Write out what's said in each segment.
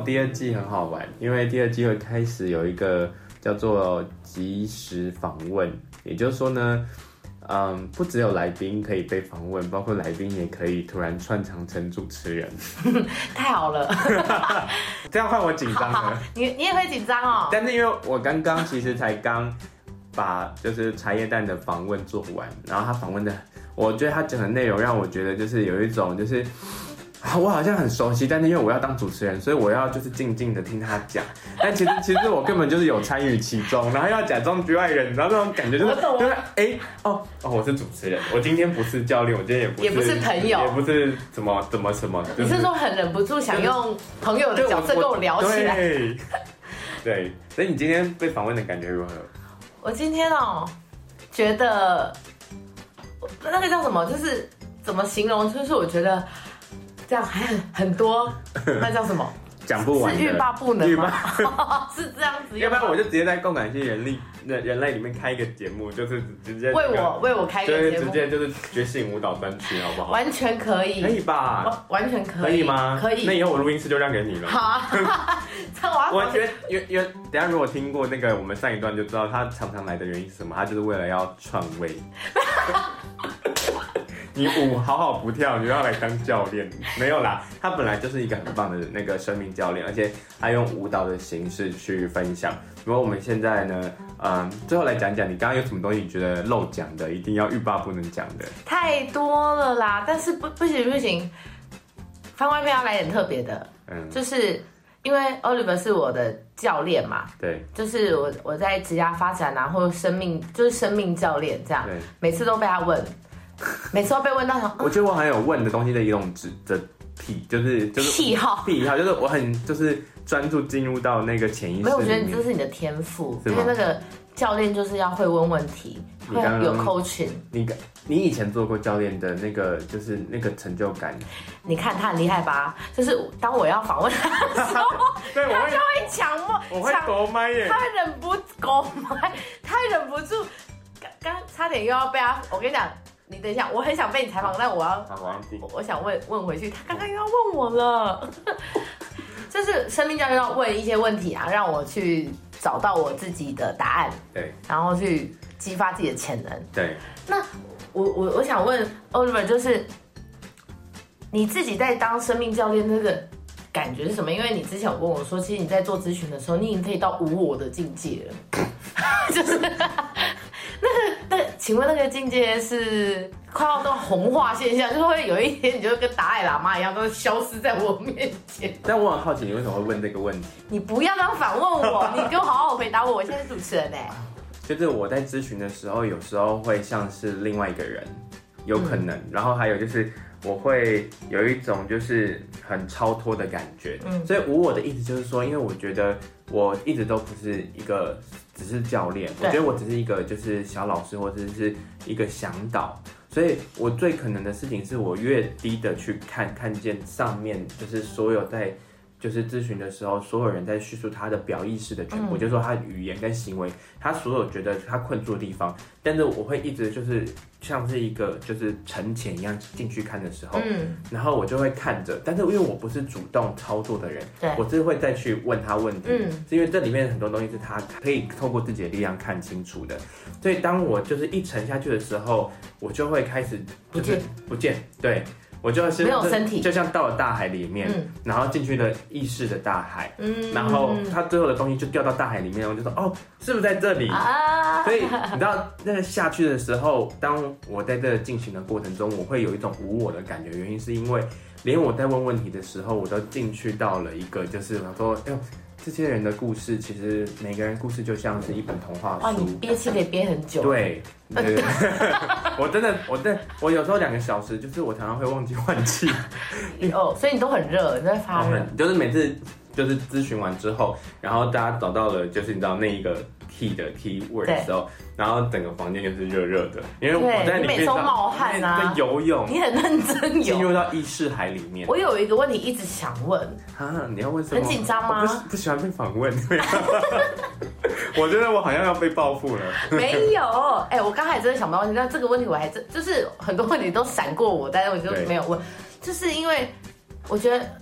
第二季很好玩，因为第二季会开始有一个叫做即时访问，也就是说呢，不只有来宾可以被访问，包括来宾也可以突然串场成主持人。 太好了， 这样换我紧张了。 你也会紧张哦。 但是因为我刚刚其实才刚把就是茶叶蛋的访问做完，然后他访问的，我觉得他讲的内容让我觉得就是有一种就是我好像很熟悉，但是因为我要当主持人，所以我要就是静静的听他讲。但其实我根本就是有参与其中，然后要假装局外人，你知道那种感觉就是我是主持人，我今天不是教练，我今天也不是朋友， 也不是什么， 你是说很忍不住想用朋友的角色跟我聊起来？ 对，所以你今天被访问的感觉如何？ 我今天觉得那个叫什么，就是怎么形容，就是我觉得这样还很多，那叫什么？ 讲不完的， 是欲罢不能吗？是这样子。 要不然我就直接在共感系人类里面开一个节目，就是直接为我开一个节目， 直接就是觉醒舞蹈专区，好不好？ 完全可以， 可以吧？ 完全可以， 可以吗？ 可以。 那以后我录音室就让给你了。 好啊， 我觉得等一下如果听过那个我们上一段就知道，他常常来的原因是什么？他就是为了要篡位。你舞好好不跳，你要来当教练？没有啦，他本来就是一个很棒的那个生命教练，而且他用舞蹈的形式去分享。不过我们现在呢，最后来讲讲，你刚刚有什么东西你觉得漏讲的，一定要欲罢不能讲的？ 太多了啦，但是不行，番外篇要来点特别的，就是因为 Oliver 是我的教练嘛， 对， 就是我在职业发展啊，或者生命教练这样， 对， 每次都被他问。每次都被问到我觉得我很有问的东西的一种就是癖好， 就是我很就是专注进入到那个潜意识里面。没有， 我觉得这是你的天赋，因为那个教练就是要会问问题，会有 coaching。 你以前做过教练的那个就是那个成就感， 你看他很厉害吧？就是当我要访问他的时候， 对， 他就会抢我会狗麦耶， 他忍不住，刚差点又要被他，我跟你讲。你等一下，我很想被你采访，但我想问回去，他刚刚又要问我了，就是生命教练要问一些问题啊，让我去找到我自己的答案， 对， 然后去激发自己的潜能， 对。 那我想问 Oliver， 就是你自己在当生命教练那个感觉是什么？因为你之前有跟我说，其实你在做咨询的时候，你已经可以到无我的境界了，就是那个，请问那个境界是快要到红化现象，就是会有一天你就会跟达赖喇嘛一样，都会消失在我面前。 但我很好奇，你为什么会问这个问题？ 你不要当反问我，你给我好好回答我。我现在是主持人哎。 就是我在咨询的时候，有时候会像是另外一个人，有可能。然后还有就是我会有一种就是很超脱的感觉。所以无我的意思就是说，因为我觉得我一直都不是一个只是教练，我觉得我只是一个就是小老师或者是一个向导，所以我最可能的事情是我越低的去看见上面就是所有在就是咨询的时候，所有人在叙述他的表意识的全部，就是说他的语言跟行为，他所有觉得他困住的地方，但是我会一直就是像是一个就是沉潜一样进去看的时候，然后我就会看着，但是因为我不是主动操作的人，我是会再去问他问题，是因为这里面很多东西是他可以透过自己的力量看清楚的，所以当我就是一沉下去的时候，我就会开始就是不见，对。我就是没有身体，就像到了大海里面，然后进去了意识的大海，然后它最后的东西就掉到大海里面，我就说哦，是不是在这里？所以你知道那个下去的时候，当我在这进行的过程中，我会有一种无我的感觉，原因是因为连我在问问题的时候，我都进去到了一个就是我说，哎呦。这些人的故事，其实每个人故事就像是一本童话书。哇， 你憋气可以憋很久。 对，我有时候2个小时，就是我常常会忘记换气。 所以你都很热，你在发热。 就是每次就是咨询完之后，然后大家找到了就是你知道那一个 key word 的时候，然后整个房间就是热热的，因为我在里面都冒汗啊， 在游泳， 你很认真游， 进入到意识海里面。 我有一个问题一直想问你要问什么？ 很紧张吗？ 我不喜欢被访问。我觉得我好像要被报复了。 没有，我刚才真的想不到问题，但这个问题我还真就是很多问题都闪过我，但是我就没有问，就是因为我觉得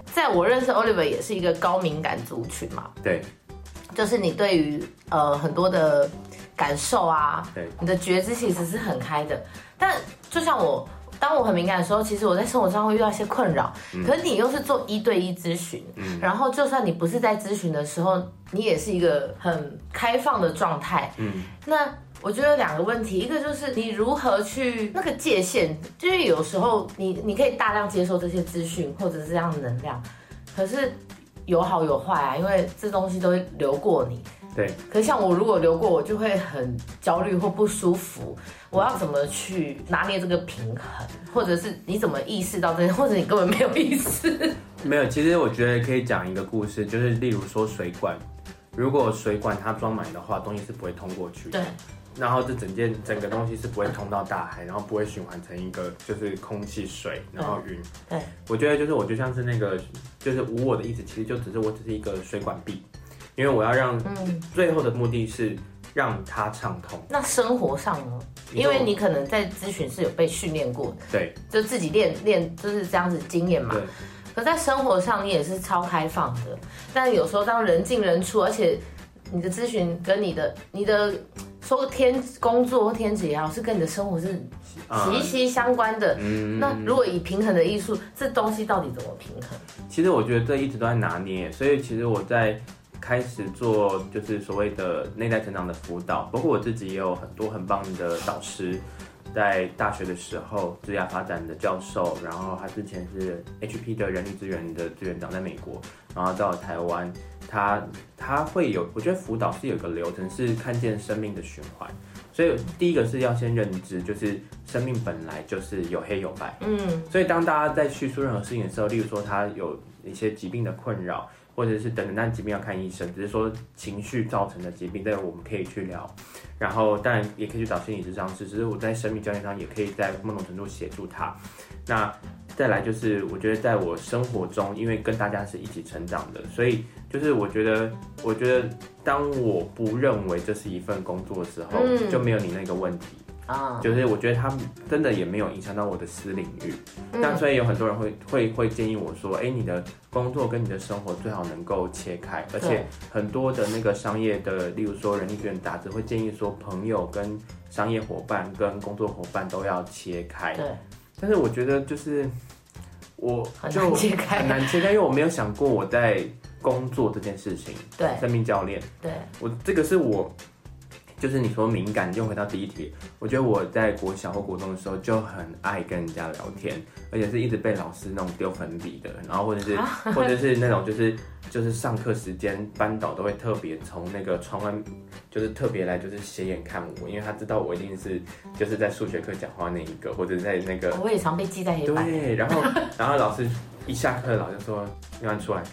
在我认识 Oliver 也是一个高敏感族群嘛， 对， 就是你对于很多的感受啊， 对， 你的觉知其实是很开的。但就像当我很敏感的时候，其实我在生活上会遇到一些困扰。可是你又是做1对1咨询，然后就算你不是在咨询的时候，你也是一个很开放的状态。那我觉得有2个问题，一个就是你如何去那个界限，就是有时候你可以大量接受这些资讯或者是这样的能量，可是有好有坏啊，因为这东西都会流过你。 对， 可是像我如果流过，我就会很焦虑或不舒服。我要怎么去拿捏这个平衡，或者是你怎么意识到这些，或者你根本没有意识？ 没有，其实我觉得可以讲一个故事，就是例如说水管，如果水管它装满的话，东西是不会通过去的。 对。 然后这整个东西是不会通到大海，然后不会循环成一个就是空气、水，然后云。 对。 我觉得我就像是那个，就是无我的意思，其实我只是一个水管壁。因为我要让最后的目的是让它畅通。 那生活上呢？因为你可能在咨询是有被训练过的， 对， 就自己练就是这样子经验嘛。对。可在生活上你也是超开放的，但有时候当人进人出，而且你的咨询跟你的说工作或天职也好，是跟你的生活是息息相关的。那如果以平衡的艺术，这东西到底怎么平衡？ 其实我觉得这一直都在拿捏，所以其实我在开始做就是所谓的内在成长的辅导，包括我自己也有很多很棒的导师，在大学的时候职业发展的教授，然后他之前是 HP 的人力资源的资源长在美国，然后到了台湾，他会有，我觉得辅导是有一个流程，是看见生命的循环。所以第一个是要先认知，就是生命本来就是有黑有白。所以当大家在叙述任何事情的时候，例如说他有一些疾病的困扰，或者是等等，但疾病要看医生，只是说情绪造成的疾病，这个我们可以去聊。然后当然也可以去找心理咨商师，只是我在生命教练上也可以在某种程度协助他。那再来就是我觉得在我生活中，因为跟大家是一起成长的，所以就是我觉得当我不认为这是一份工作的时候，就没有你那个问题。就是我觉得他们真的也没有影响到我的私领域，那所以有很多人会建议我说，你的工作跟你的生活最好能够切开，而且很多的那个商业的，例如说人力资源杂志会建议说，朋友跟商业伙伴跟工作伙伴都要切开。对，但是我觉得就是我就很难切开，因为我没有想过我在工作这件事情。对，生命教练，对我这个是我。就是你说敏感，又回到第一题，我觉得我在国小或国中的时候就很爱跟人家聊天，而且是一直被老师那种丢粉笔的，然后或者是那种就是上课时间班导都会特别从那个窗外就是特别来就是斜眼看我，因为他知道我一定是就是在数学课讲话那一个，或者在那个我也常被记在黑板。 对，然后老师一下课，老师说你出来。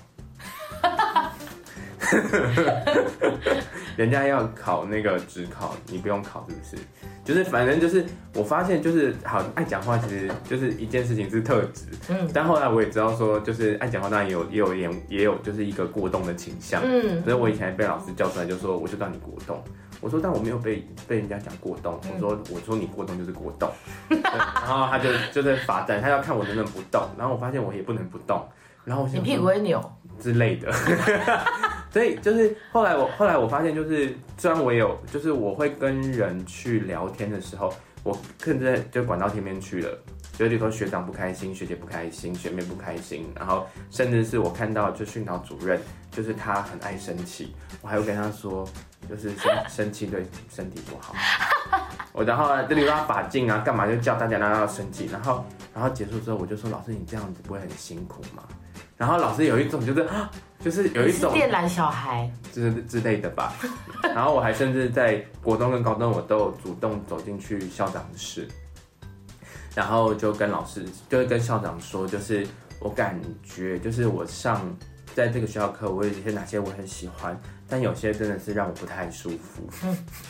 人家要考那个指考，你不用考是不是？就是反正就是我发现就是好爱讲话，其实就是一件事情是特质。但后来我也知道说，就是爱讲话当然也有就是一个过动的倾向。所以我以前被老师叫出来就说，我就当你过动。我说但我没有被人家讲过动。我说你过动就是过动。然后他就是罚站，他要看我能不能不动。然后我发现我也不能不动。然后我想你屁股会扭之类的。所以就是后来我发现，就是虽然我有，就是我会跟人去聊天的时候，我甚至就管到天边去了。就比如说学长不开心，学姐不开心，学妹不开心，然后甚至是我看到就训导主任，就是他很爱生气，我还会跟他说，就是生气对身体不好。然后就比如说他把劲啊，干嘛就叫大家要生气，然后结束之后我就说，老师你这样子不会很辛苦吗？然后老师有一种就是有一种电缆小孩之类的吧。然后我还甚至在国中跟高中我都有主动走进去校长室，然后就跟跟校长说，就是我感觉就是我在这个学校课，我有一些哪些我很喜欢，但有些真的是让我不太舒服。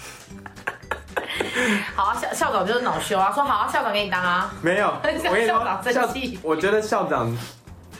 好啊，校长就是恼羞啊，说好啊，校长给你当啊。 没有，我跟你说， 校长生气。 我觉得校长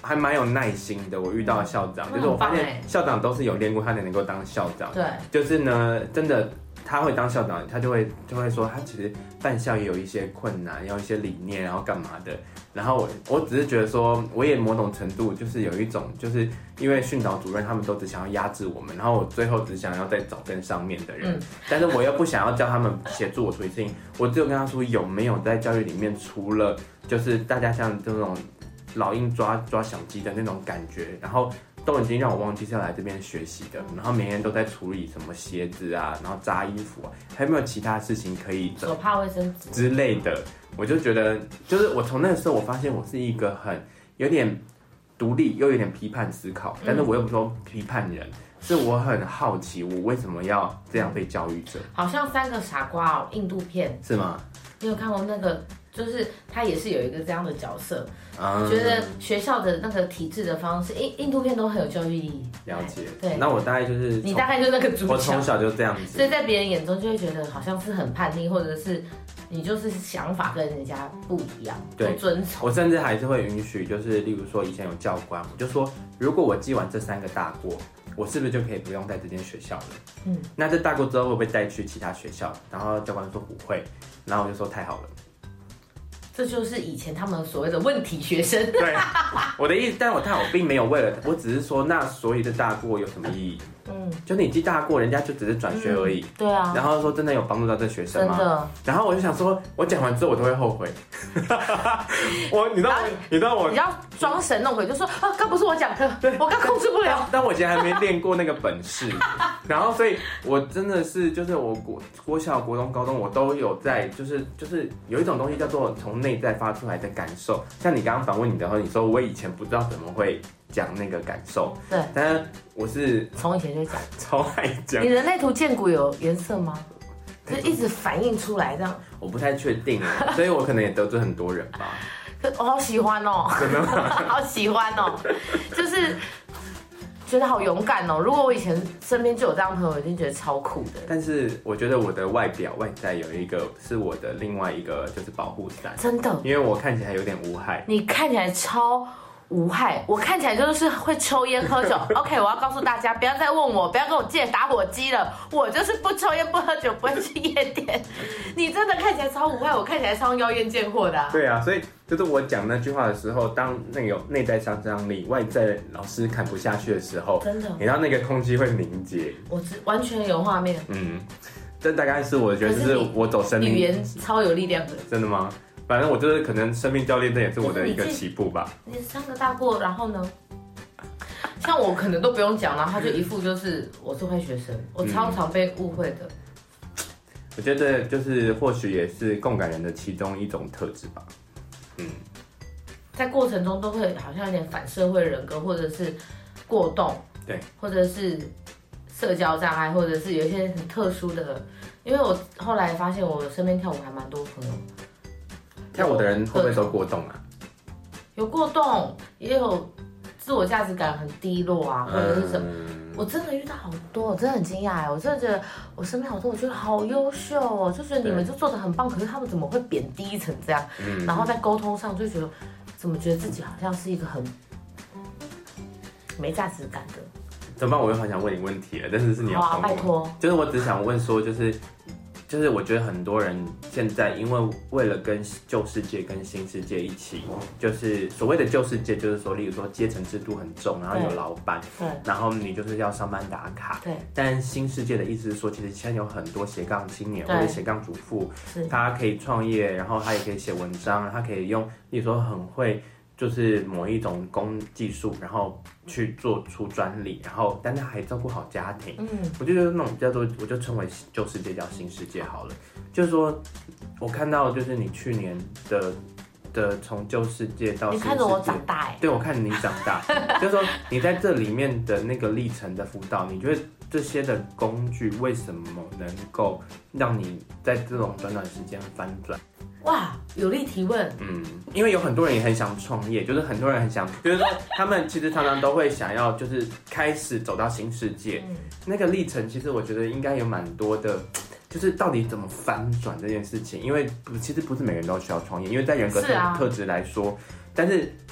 还蛮有耐心的。我遇到的校长，就是我发现校长都是有练过，他才能够当校长。 对， 就是呢，真的。他会当校长，他就会说，他其实办校也有一些困难，要一些理念，然后干嘛的。然后我只是觉得说，我也某种程度就是有一种，就是因为训导主任他们都只想要压制我们，然后我最后只想要再找更上面的人，但是我又不想要叫他们协助我处理事情，我只有跟他说有没有在教育里面，除了就是大家像这种老鹰抓小鸡的那种感觉，然后。都已经让我忘记是要来这边学习的，然后每天都在处理什么鞋子啊，然后扎衣服啊，还有没有其他事情可以手帕、卫生纸之类的？我就觉得，就是我从那个时候，我发现我是一个很有点独立又有点批判思考，但是我又不说批判人，是我很好奇，我为什么要这样被教育着？ 好像3个傻瓜哦，印度片是吗？ 你有看过那个？就是他也是有一个这样的角色，觉得学校的那个体制的方式，印度片都很有教育意义。 了解， 对。 那我大概就是你大概就那个主角， 我从小就这样子， 所以在别人眼中就会觉得好像是很叛逆，或者是你就是想法跟人家不一样，不遵从。 我甚至还是会允许，就是例如说以前有教官，我就说如果我记完这3个大过，我是不是就可以不用在这间学校了？那这大过之后会不会带去其他学校？然后教官说不会，然后我就说太好了。 这就是以前他们所谓的问题学生。 对，我的意思，但我并没有为了，我只是说，那所以这大过有什么意义？就是你记大过，人家就只是转学而已。 对啊。 然后说真的有帮助到这学生吗？ 真的。 然后我就想说，我讲完之后我都会后悔。你知道我， 你要装神弄鬼，就说啊，刚不是我讲的，我刚控制不了。 但我以前还没练过那个本事，然后所以我真的是就是我国小、国中、高中我都有在，就是有一种东西叫做从内在发出来的感受。像你刚刚访问你的时候，你说我以前不知道怎么会讲那个感受， 对， 但是我是从以前就讲， 超爱讲。 你人类图剑骨有颜色吗？就一直反映出来这样。 我不太确定啊，所以我可能也得罪很多人吧。 我好喜欢哦， 真的吗？ 好喜欢哦，就是觉得好勇敢哦。如果我以前身边就有这样的朋友，我一定觉得超酷的。 但是我觉得我的外在有一个是我的另外一个就是保护伞， 真的， 因为我看起来有点无害。 你看起来超无害，我看起来就是会抽烟喝酒。OK， 我要告诉大家，不要再问我，不要跟我借打火机了。我就是不抽烟不喝酒，不会去夜店。你真的看起来超无害，我看起来超妖艳贱货的。 对啊，所以就是我讲那句话的时候，当那个有内在杀伤力，外在老师看不下去的时候， 真的， 你让那个空气会凝结。 我完全有画面。 这大概是我觉得就是我走生命语言超有力量的。 真的吗？反正我就是可能生命教练，这也是我的一个起步吧。 你3个大过，然后呢？像我可能都不用讲，然后他就一副就是我是坏学生，我超常被误会的。 我觉得就是或许也是共感人的其中一种特质吧。 在过程中都会好像有点反社会人格，或者是过动， 对， 或者是社交障碍，或者是有一些很特殊的。因为我后来发现，我身边跳舞还蛮多朋友。 跳舞的人会不会都过动啊？ 有过动，也有自我价值感很低落啊，或者是什么。我真的遇到好多，我真的很惊讶哎！我真的觉得我身边好多，我觉得好优秀哦，就觉得你们就做得很棒，可是他们怎么会贬低成这样？然后在沟通上就觉得，怎么觉得自己好像是一个很没价值感的？ 怎么办？我又好想问你问题了，但是你要好啊，拜托。 就是我只想问说，就是我觉得很多人现在因为了跟旧世界跟新世界一起，就是所谓的旧世界，就是说，例如说阶层制度很重，然后有老板， 对， 然后你就是要上班打卡， 对。 但新世界的意思是说，其实现在有很多斜杠青年或者斜杠主妇，他可以创业，然后他也可以写文章，他可以用，例如说很会。就是某一种技术，然后去做出专利，然后但他还照顾好家庭。我就觉得那种叫做，我就称为旧世界叫新世界好了。就是说，我看到就是你去年的从旧世界到新世界， 你看着我长大哎， 对，我看着你长大，就是说你在这里面的那个历程的辅导，你觉得这些的工具为什么能够让你在这种短短时间翻转？ 哇，有力提问。 因为有很多人也很想创业，就是很多人很想，就是说他们其实常常都会想要，就是开始走到新世界。那个历程，其实我觉得应该有蛮多的，就是到底怎么翻转这件事情。因为其实不是每个人都需要创业，因为在人格特质来说，但是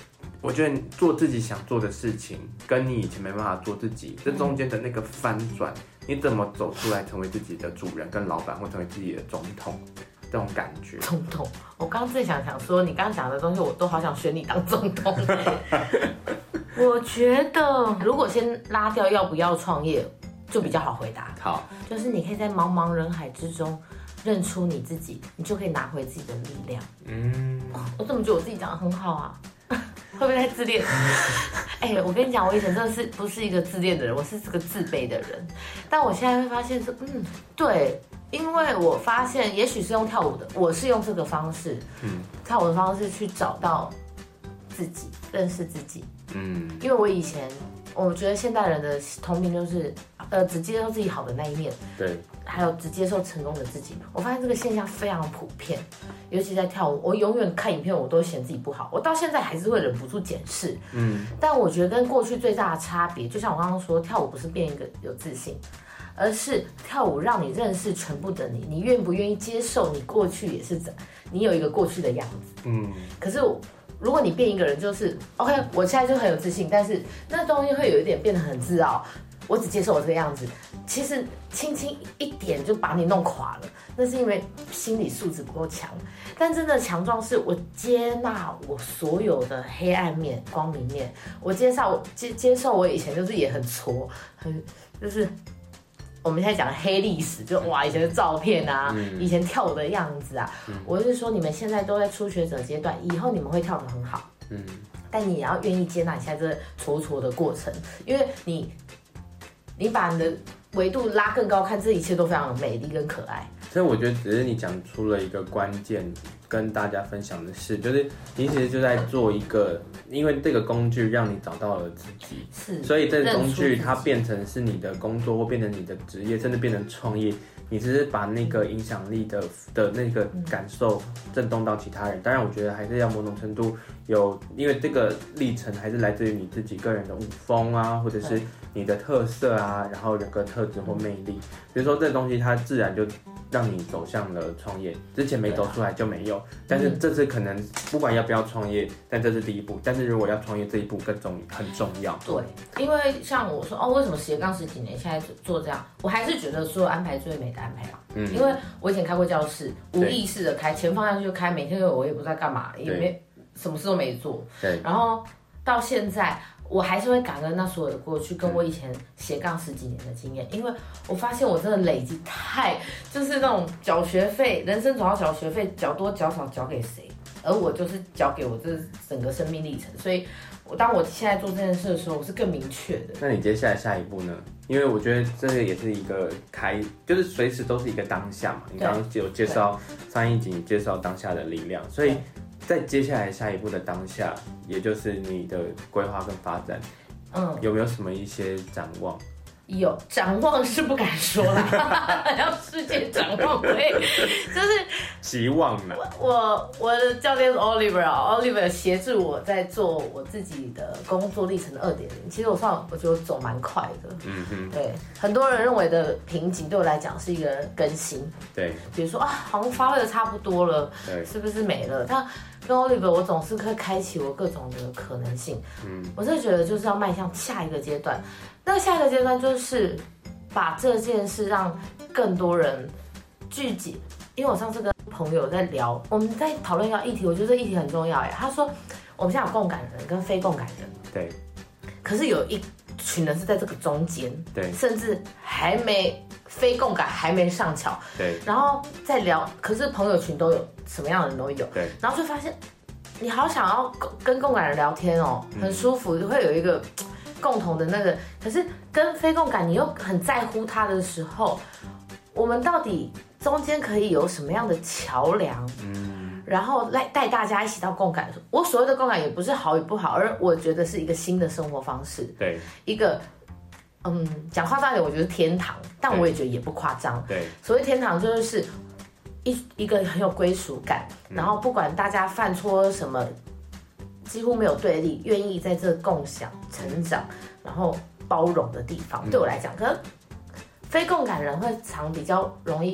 我觉得你做自己想做的事情，跟你以前没办法做自己，这中间的那个翻转，你怎么走出来成为自己的主人跟老板，或成为自己的总统，这种感觉。 总统，我刚刚正想说，你刚刚讲的东西，我都好想选你当总统。我觉得如果先拉掉要不要创业，就比较好回答。 好， 就是你可以在茫茫人海之中认出你自己，你就可以拿回自己的力量。我怎么觉得我自己讲得很好啊？会不会太自恋？我跟你讲，我以前真的是不是一个自恋的人，我是个自卑的人。但我现在会发现是，对，因为我发现，也许是用跳舞的，我是用这个方式，跳舞的方式去找到自己，认识自己。因为我以前，我觉得现代人的通病就是，只接受自己好的那一面， 对， 还有只接受成功的自己。我发现这个现象非常普遍，尤其在跳舞，我永远看影片，我都会嫌自己不好，我到现在还是会忍不住检视。但我觉得跟过去最大的差别，就像我刚刚说，跳舞不是变一个有自信，而是跳舞让你认识全部的你，你愿不愿意接受你过去也是你有一个过去的样子。可是如果你变一个人，就是 OK， 我现在就很有自信，但是那东西会有一点变得很自傲。我只接受我这个样子，其实轻轻一点就把你弄垮了。那是因为心理素质不够强。但真的强壮是我接纳我所有的黑暗面、光明面。我接受我以前就是也很挫，就是我们现在讲黑历史，就以前的照片啊，以前跳舞的样子啊。我是说，你们现在都在初学者阶段，以后你们会跳得很好。但你也要愿意接纳你现在这挫挫的过程，因为你把你的维度拉更高看，这一切都非常的美丽跟可爱。 所以我觉得只是你讲出了一个关键，跟大家分享的是，就是你其实就在做一个，因为这个工具让你找到了自己，所以这个工具它变成是你的工作，或变成你的职业，甚至变成创业。你只是把那个影响力的那个感受震动到其他人。当然，我觉得还是要某种程度因为这个历程还是来自于你自己个人的舞风啊，或者是你的特色啊，然后人格特质或魅力。比如说这东西它自然就让你走向了创业，之前没走出来就没有。但是这次可能不管要不要创业，但这是第一步。但是如果要创业，这一步很重要。 对，因为像我说为什么斜杠10几年现在做这样，我还是觉得说安排最美的安排啊。因为我以前开过教室，无意识的开，钱放下去就开，每天我也不知道干嘛，也没什么事都没做。对，然后到现在。我还是会感恩那所有的过去，跟我以前斜杠10几年的经验，因为我发现我真的累积就是那种缴学费，人生总要缴学费，缴多缴少缴给谁？而我就是缴给我这整个生命历程，所以当我现在做这件事的时候，我是更明确的。 那你接下来下一步呢？因为我觉得这个也是一个就是随时都是一个当下嘛。你刚刚有介绍上一集，你介绍当下的力量，所以。在接下来下一步的当下，也就是你的规划跟发展，有没有什么一些展望？ 有展望是不敢说啦，要世界展望对，就是希望呢。 我的教练是 Oliver 协助我在做我自己的工作历程的2.0。其实我觉得我走蛮快的。对，很多人认为的瓶颈对我来讲是一个更新。对，比如说好像发挥的差不多了，对，是不是没了？但跟 Oliver 我总是会开启我各种的可能性。我真的觉得就是要迈向下一个阶段。那下一个阶段就是把这件事让更多人聚集，因为我上次跟朋友在聊，我们在讨论一个议题，我觉得这议题很重要耶。他说我们现在有共感人跟非共感人，对，可是有一群人是在这个中间，对，甚至非共感还没上桥，对，然后再聊，可是朋友群都有，什么样的人都有，对，然后就发现你好想要跟共感人聊天哦，很舒服，会有一个共同的那个，可是跟非共感你又很在乎他的时候，我们到底中间可以有什么样的桥梁？然后来带大家一起到共感。我所谓的共感也不是好与不好，而我觉得是一个新的生活方式。对，一个讲夸张一点，我觉得天堂，但我也觉得也不夸张。对，所谓天堂就是一个很有归属感，然后不管大家犯错什么。几乎没有对立，愿意在这共享、成长，然后包容的地方，对我来讲，可能非共感人会比较容易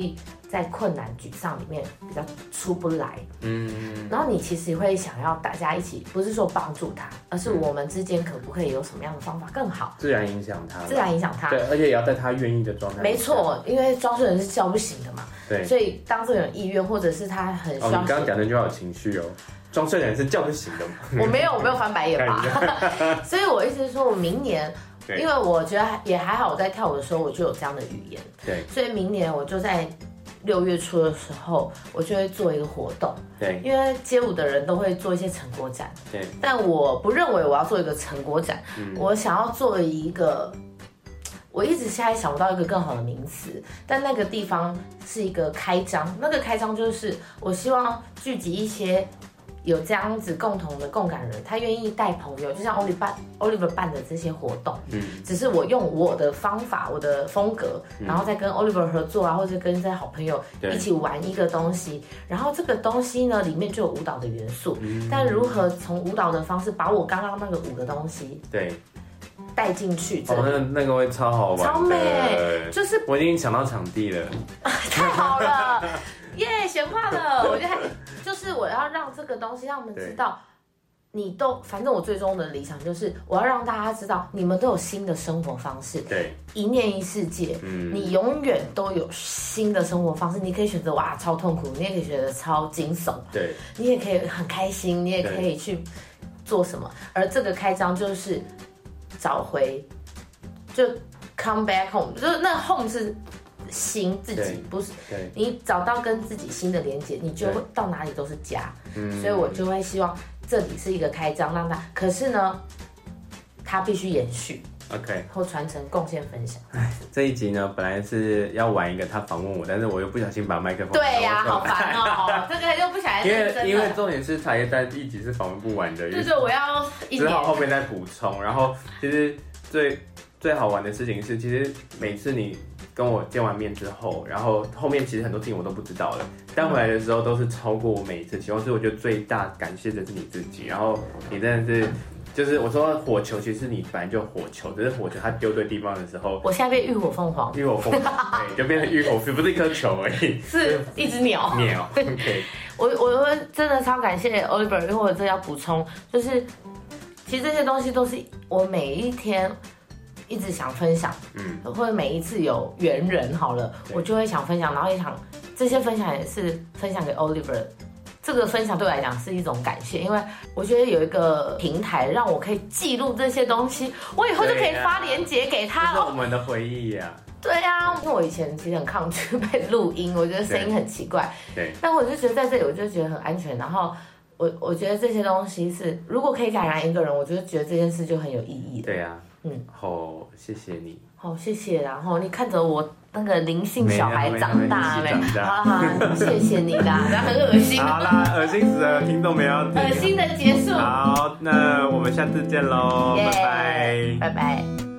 在困难沮丧里面比较出不来，然后你其实会想要大家一起，不是说帮助他，而是我们之间可不可以有什么样的方法更好， 自然影响他， 对， 而且也要在他愿意的状态。 没错，因为装睡人是叫不醒的嘛， 对， 所以当这个人意愿或者是他很需要， 你刚刚讲那句话有情绪哦。装睡人是叫不醒的吗？ 我没有翻白眼吧。所以我意思是说，我明年，因为我觉得也还好，我在跳舞的时候我就有这样的语言， 对， 所以明年我就在6月初的时候，我就会做一个活动， 对， 因为街舞的人都会做一些成果展， 对， 但我不认为我要做一个成果展，我想要做一个。我一直现在想不到一个更好的名词，但那个地方是一个开张，那个开张就是我希望聚集一些有这样子共同的共感人，他愿意带朋友，就像 Oliver 办的这些活动，只是我用我的方法、我的风格，然后再跟 Oliver 合作啊，或者跟这些好朋友一起玩一个东西，然后这个东西呢里面就有舞蹈的元素，但如何从舞蹈的方式把我刚刚那个舞的东西对带进去， 那个会超好玩， 超美，就是我已经想到场地了， 太好了。耶，显化了！我觉得就是我要让这个东西让我们知道，你都反正我最终的理想就是我要让大家知道，你们都有新的生活方式， 对， 一念一世界，你永远都有新的生活方式。你可以选择哇超痛苦，你也可以选择超惊悚， 对， 你也可以很开心，你也可以去做什么。而这个开张就是找回，就 come back home， 就是那 home 是。心自己不是，你找到跟自己心的连接，你就会到哪里都是家。所以我就会希望这里是一个开张，让它，可是呢，它必须延续 ，OK， 或传承、贡献、分享。 这一集呢，本来是要玩一个他访问我，但是我又不小心把麦克风。 对呀，好烦哦，这个又不小心。 因为重点是茶叶蛋一集是访问不完的， 就是我要只好后面再补充。然后其实最好玩的事情是，其实每次你跟我见完面之后，然后后面其实很多事情我都不知道了，但回来的时候都是超过我每一次期望，所以我觉得最大感谢的是你自己。然后你真的是，就是我说火球，其实你本来就火球，只是火球它丢对地方的时候， 我现在变浴火凤凰， 浴火凤凰，对，就变成浴火，不是一颗球而已， 是一只鸟。 OK， 我真的超感谢 Oliver， 因为我这要补充，就是其实这些东西都是我每一天。一直想分享，或者每一次有缘人好了，我就会想分享，然后也想这些分享也是分享给 Oliver。这个分享对我来讲是一种感谢，因为我觉得有一个平台让我可以记录这些东西，我以后就可以发链接给他。 这是我们的回忆呀。 对啊，因为我以前其实很抗拒被录音，我觉得声音很奇怪。对。但我就觉得在这里，我就觉得很安全。然后我觉得这些东西是，如果可以感染一个人，我就觉得这件事就很有意义的。 对啊。谢谢你。 好，谢谢。然后你看着我那个灵性小孩长大了，好，谢谢你啦，然后很恶心。 好啦，恶心死了，听懂没有？ 恶心的结束。 好，那我们下次见喽，拜拜， 拜拜。